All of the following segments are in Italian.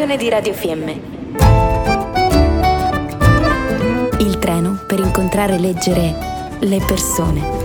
produzione di Radio Fiemme. Il treno per incontrare e leggere le persone.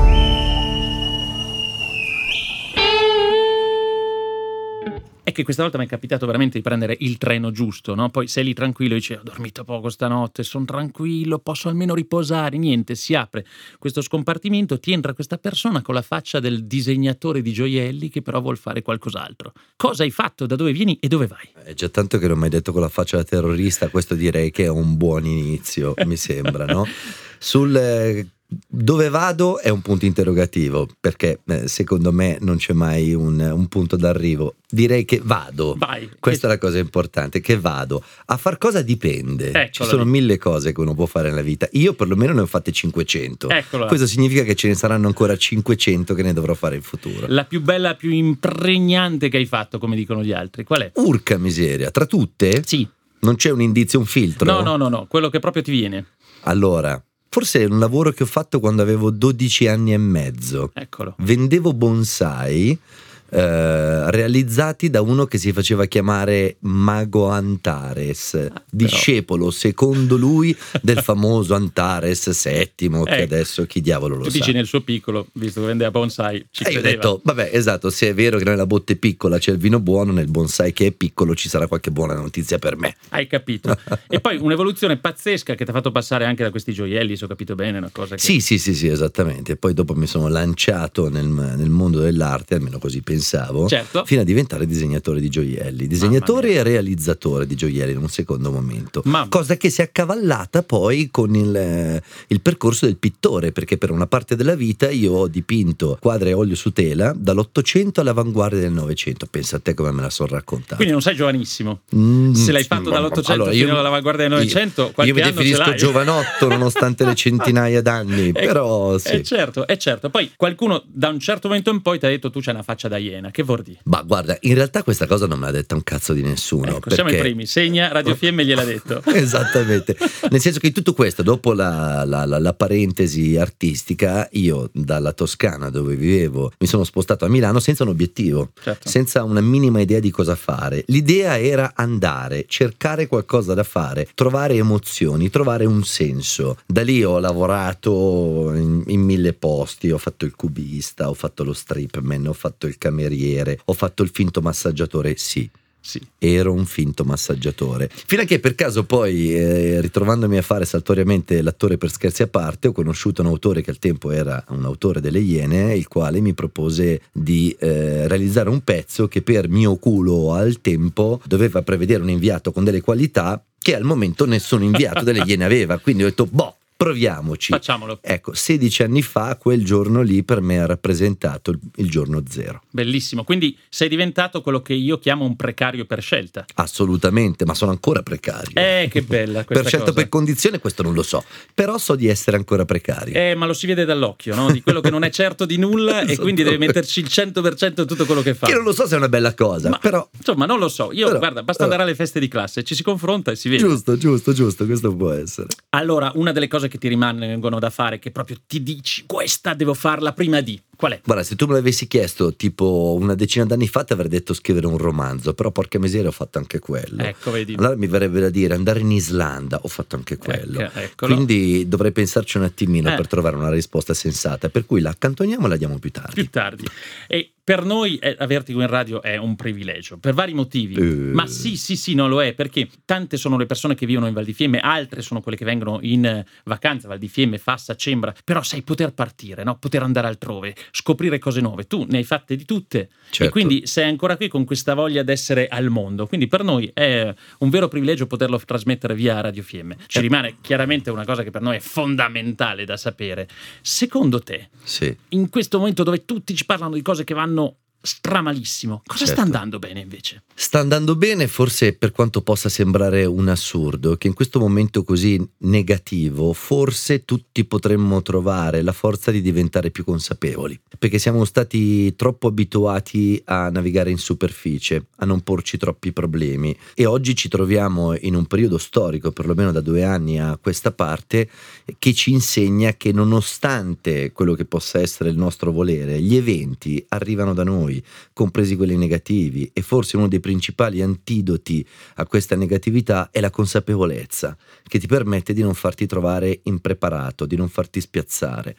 È che questa volta mi è capitato veramente di prendere il treno giusto, no? Poi sei lì tranquillo e dici: ho dormito poco stanotte, sono tranquillo, posso almeno riposare. Niente, si apre questo scompartimento, ti entra questa persona con la faccia del disegnatore di gioielli che però vuol fare qualcos'altro. Cosa hai fatto? Da dove vieni e dove vai? È già tanto che non mi hai detto con la faccia da terrorista, questo direi che è un buon inizio, mi sembra, no? Sul dove vado è un punto interrogativo, perché secondo me non c'è mai un punto d'arrivo. Direi che vado. Vai. Questa è la cosa importante, che vado. A far cosa dipende. Eccola Ci sono lì. 1000 cose che uno può fare nella vita. Io perlomeno ne ho fatte 500. Eccola. Questo significa che ce ne saranno ancora 500 che ne dovrò fare in futuro. La più bella, più impregnante che hai fatto, come dicono gli altri, qual è? Urca miseria, tra tutte? Sì. Non c'è un indizio, un filtro? No, quello che proprio ti viene. Allora, forse è un lavoro che ho fatto quando avevo 12 anni e mezzo. Eccolo. Vendevo bonsai realizzati da uno che si faceva chiamare Mago Antares, discepolo secondo lui del famoso Antares VII, che Ecco. adesso chi diavolo lo Tu sa. dici nel suo piccolo, visto che vendeva bonsai, ci E io ho credeva. detto, vabbè, esatto, se è vero che nella botte piccola c'è il vino buono, nel bonsai che è piccolo ci sarà qualche buona notizia per me. Hai capito. E poi un'evoluzione pazzesca che ti ha fatto passare anche da questi gioielli, se ho capito bene, una cosa che... Sì, esattamente. Poi dopo mi sono lanciato nel mondo dell'arte, almeno così pensavo, Certo. fino a diventare disegnatore di gioielli, disegnatore e realizzatore di gioielli in un secondo momento. Cosa che si è accavallata poi con il percorso del pittore, perché per una parte della vita io ho dipinto quadri a olio su tela dall'800 all'avanguardia del 900. Pensa a te come me la sono raccontata. Quindi non sei giovanissimo. Se l'hai fatto dall'800 allora, fino all'avanguardia del 900, qualche io mi anno ce definisco l'hai. giovanotto nonostante le centinaia d'anni, però sì. È certo. Poi qualcuno da un certo momento in poi ti ha detto: tu c'hai una faccia da iena. Che vuol dire? Ma guarda, in realtà questa cosa non me l'ha detta un cazzo di nessuno. Ecco, siamo i primi. Segna Radio Fiemme gliel'ha detto. Esattamente. Nel senso che in tutto questo, dopo la parentesi artistica, io dalla Toscana dove vivevo mi sono spostato a Milano senza un obiettivo, Certo. senza una minima idea di cosa fare. L'idea era andare, cercare qualcosa da fare, trovare emozioni, trovare un senso. Da lì ho lavorato in 1000 posti, ho fatto il cubista, ho fatto lo stripman, ho fatto il cameriere, ho fatto il finto massaggiatore, sì. Ero un finto massaggiatore. Fino a che per caso poi, ritrovandomi a fare saltuariamente l'attore per scherzi a parte, ho conosciuto un autore che al tempo era un autore delle Iene, il quale mi propose di realizzare un pezzo che per mio culo al tempo doveva prevedere un inviato con delle qualità che al momento nessun inviato delle Iene aveva. Quindi ho detto, proviamoci. Facciamolo. Ecco, 16 anni fa quel giorno lì per me ha rappresentato il giorno zero. Bellissimo. Quindi sei diventato quello che io chiamo un precario per scelta. Assolutamente, ma sono ancora precario. Che bella questa per scelta o cosa. per condizione questo non lo so, però so di essere ancora precario. Ma lo si vede dall'occhio, no? Di quello che non è certo di nulla e quindi deve metterci il 100% in tutto quello che fa. Che non lo so se è una bella cosa, però insomma non lo so. Io però, guarda, basta andare alle feste di classe, ci si confronta e si vede. Giusto, questo può essere. Allora, una delle cose che ti rimangono da fare, che proprio ti dici questa devo farla prima di, qual è? Guarda, se tu me l'avessi chiesto tipo una decina d'anni fa ti avrei detto scrivere un romanzo, però porca miseria ho fatto anche quello. Ecco, vedi. Allora mi verrebbe da dire andare in Islanda, ho fatto anche quello. Eccolo. Quindi dovrei pensarci un attimino per trovare una risposta sensata, per cui la accantoniamo e la diamo più tardi. E per noi averti qui in radio è un privilegio, per vari motivi. Ma sì, non lo è, perché tante sono le persone che vivono in Val di Fiemme, altre sono quelle che vengono in vacanza, Val di Fiemme, Fassa, Cembra, però sai poter partire, no? Poter andare altrove, scoprire cose nuove. Tu ne hai fatte di tutte, certo. E quindi sei ancora qui con questa voglia d'essere al mondo. Quindi per noi è un vero privilegio poterlo trasmettere via Radio Fiemme. Ci rimane chiaramente una cosa che per noi è fondamentale da sapere. Secondo te, in questo momento dove tutti ci parlano di cose che vanno stramalissimo, cosa sta andando bene invece? Sta andando bene, forse, per quanto possa sembrare un assurdo, che in questo momento così negativo forse tutti potremmo trovare la forza di diventare più consapevoli, perché siamo stati troppo abituati a navigare in superficie, a non porci troppi problemi, e oggi ci troviamo in un periodo storico, perlomeno da 2 anni a questa parte, che ci insegna che nonostante quello che possa essere il nostro volere, gli eventi arrivano da noi. noi, compresi quelli negativi, e forse uno dei principali antidoti a questa negatività è la consapevolezza, che ti permette di non farti trovare impreparato, di non farti spiazzare.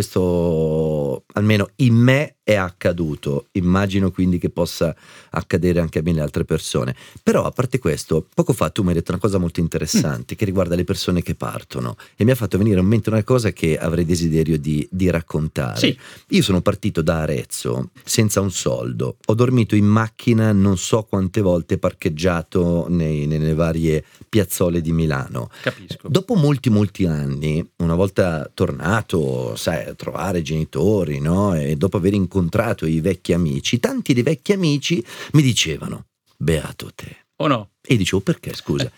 Questo almeno in me è accaduto, immagino quindi che possa accadere anche a mille altre persone. Però a parte questo, poco fa tu mi hai detto una cosa molto interessante che riguarda le persone che partono, e mi ha fatto venire in mente una cosa che avrei desiderio di raccontare. Sì. Io sono partito da Arezzo senza un soldo, ho dormito in macchina non so quante volte, parcheggiato nelle varie piazzole di Milano. Capisco. Dopo molti anni, una volta tornato, sai, a trovare i genitori, no? E dopo aver incontrato i vecchi amici, tanti dei vecchi amici mi dicevano: beato te. O no? E dicevo: perché, scusa?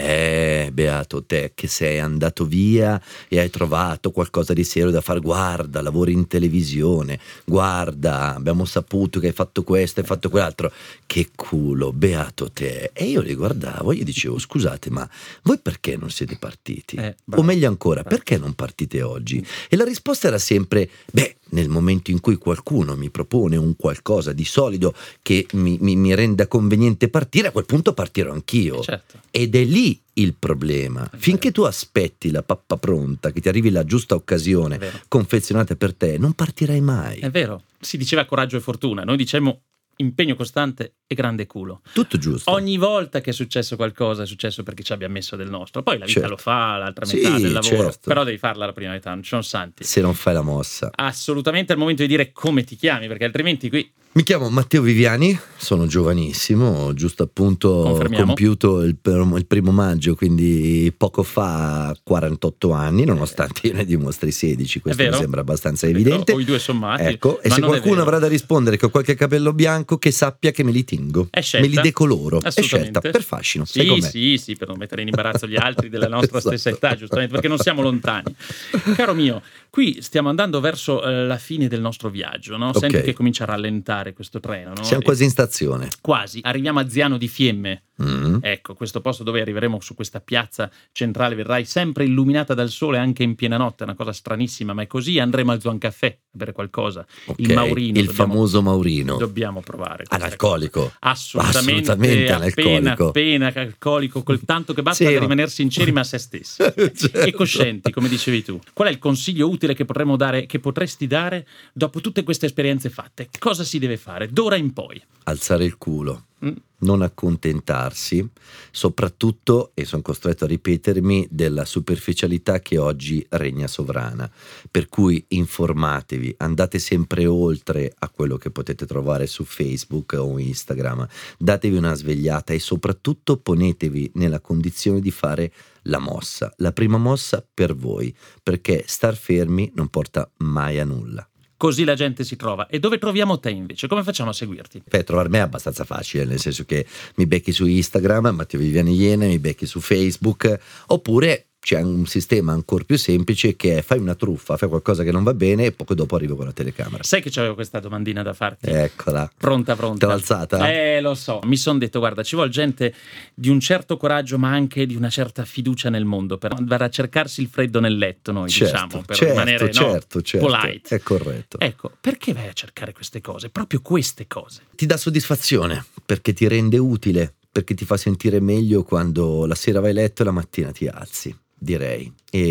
Beato te che sei andato via e hai trovato qualcosa di serio da fare. Guarda, lavori in televisione, guarda, abbiamo saputo che hai fatto questo, hai fatto quell'altro. Che culo, beato te. E io li guardavo e gli dicevo: scusate, ma voi perché non siete partiti? O meglio ancora, perché non partite oggi? E la risposta era sempre: nel momento in cui qualcuno mi propone un qualcosa di solido che mi renda conveniente partire, a quel punto partirò anch'io. Certo. Ed è lì il problema. Finché tu aspetti la pappa pronta, che ti arrivi la giusta occasione confezionata per te, non partirai mai. È vero. Si diceva coraggio e fortuna, noi diciamo impegno costante e grande culo. Tutto giusto. Ogni volta che è successo qualcosa è successo perché ci abbiamo messo del nostro. Poi la vita lo fa, l'altra Sì, metà del lavoro, certo. Però devi farla la prima metà, non ci sono santi. Se non fai la mossa. Assolutamente è il momento di dire come ti chiami, perché altrimenti qui... Mi chiamo Matteo Viviani, sono giovanissimo, giusto appunto compiuto il 1° maggio, quindi poco fa 48 anni, nonostante io ne dimostri 16, questo mi sembra abbastanza evidente. O i due sommati. Ecco, e se qualcuno avrà da rispondere che ho qualche capello bianco, che sappia che me li tingo, me li decoloro, è scelta, per fascino. Sì, per non mettere in imbarazzo gli altri della nostra stessa età, giustamente, perché non siamo lontani. Caro mio, qui stiamo andando verso la fine del nostro viaggio, no? Senti che comincia a rallentare questo treno, no? Siamo quasi in stazione. Quasi. Arriviamo a Ziano di Fiemme. Ecco, questo posto dove arriveremo su questa piazza centrale, vedrai, sempre illuminata dal sole anche in piena notte, è una cosa stranissima, ma è così. Andremo al Zuan Caffè a bere qualcosa. Il Maurino. Famoso Maurino. Dobbiamo provare. Analcolico. Assolutamente analcolico. Appena alcolico, col tanto che basta per rimaner sinceri ma a se stessi. E coscienti, come dicevi tu. Qual è il consiglio utile che potremmo dare, che potresti dare dopo tutte queste esperienze fatte? Cosa si deve fare d'ora in poi? Alzare il culo. Non accontentarsi, soprattutto, e sono costretto a ripetermi, della superficialità che oggi regna sovrana. Per cui informatevi, andate sempre oltre a quello che potete trovare su Facebook o Instagram, datevi una svegliata e soprattutto ponetevi nella condizione di fare la mossa, la prima mossa per voi, perché star fermi non porta mai a nulla. Così la gente si trova. E dove troviamo te invece? Come facciamo a seguirti? Trovare me è abbastanza facile, nel senso che mi becchi su Instagram, Matteo Viviani Iene, mi becchi su Facebook, oppure c'è un sistema ancora più semplice che è: fai una truffa, fai qualcosa che non va bene e poco dopo arrivo con la telecamera. Sai che c'avevo questa domandina da farti? Eccola. Pronta. Te l'ho alzata? Lo so. Mi sono detto, guarda, ci vuole gente di un certo coraggio ma anche di una certa fiducia nel mondo per andare a cercarsi il freddo nel letto, noi diciamo, per rimanere polite. È corretto. Ecco, perché vai a cercare queste cose? Proprio queste cose. Ti dà soddisfazione, perché ti rende utile, perché ti fa sentire meglio quando la sera vai a letto e la mattina ti alzi, direi.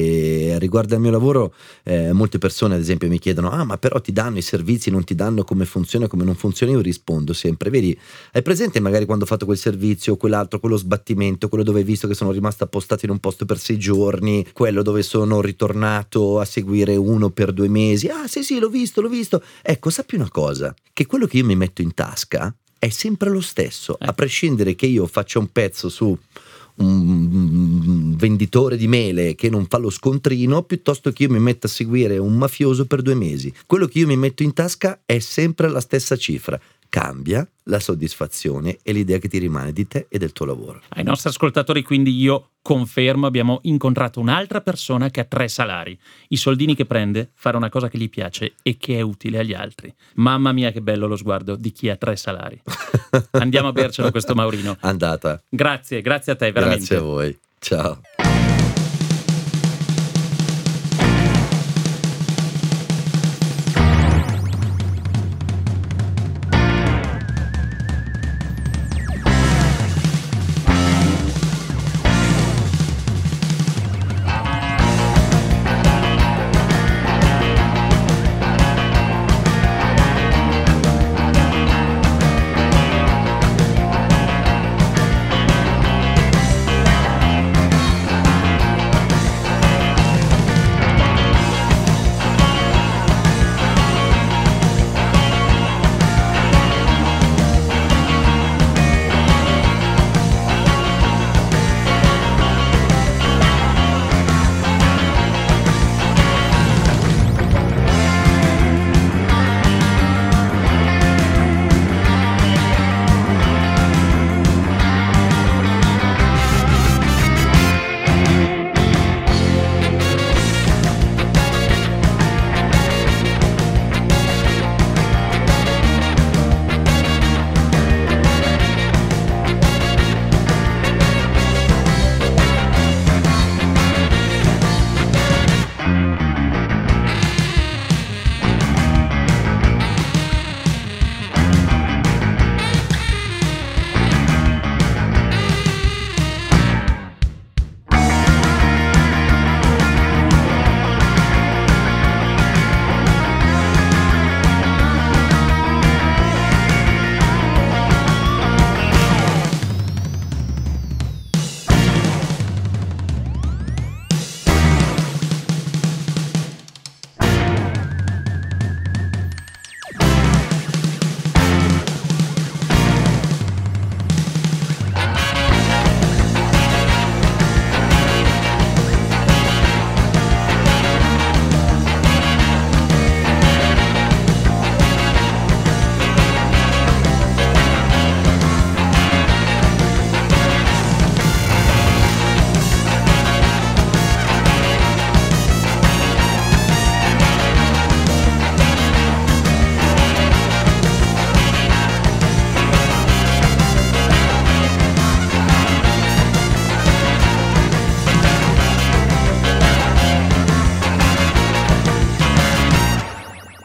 E riguardo al mio lavoro, molte persone ad esempio mi chiedono: ma però ti danno i servizi, non ti danno come funziona, come non funziona? Io rispondo sempre: vedi, hai presente magari quando ho fatto quel servizio, quell'altro, quello sbattimento, quello dove hai visto che sono rimasto appostato in un posto per 6 giorni, quello dove sono ritornato a seguire uno per 2 mesi? Sì, l'ho visto. Ecco, sappi una cosa, che quello che io mi metto in tasca è sempre lo stesso, a prescindere che io faccia un pezzo su un venditore di mele che non fa lo scontrino, piuttosto che io mi metta a seguire un mafioso per 2 mesi. Quello che io mi metto in tasca è sempre la stessa cifra. Cambia la soddisfazione e l'idea che ti rimane di te e del tuo lavoro. Ai nostri ascoltatori quindi io confermo, abbiamo incontrato un'altra persona che ha 3 salari. I soldini che prende, fare una cosa che gli piace e che è utile agli altri. Mamma mia che bello lo sguardo di chi ha 3 salari. Andiamo a bercelo questo Maurino. Andata. Grazie a te veramente. Grazie a voi. Ciao.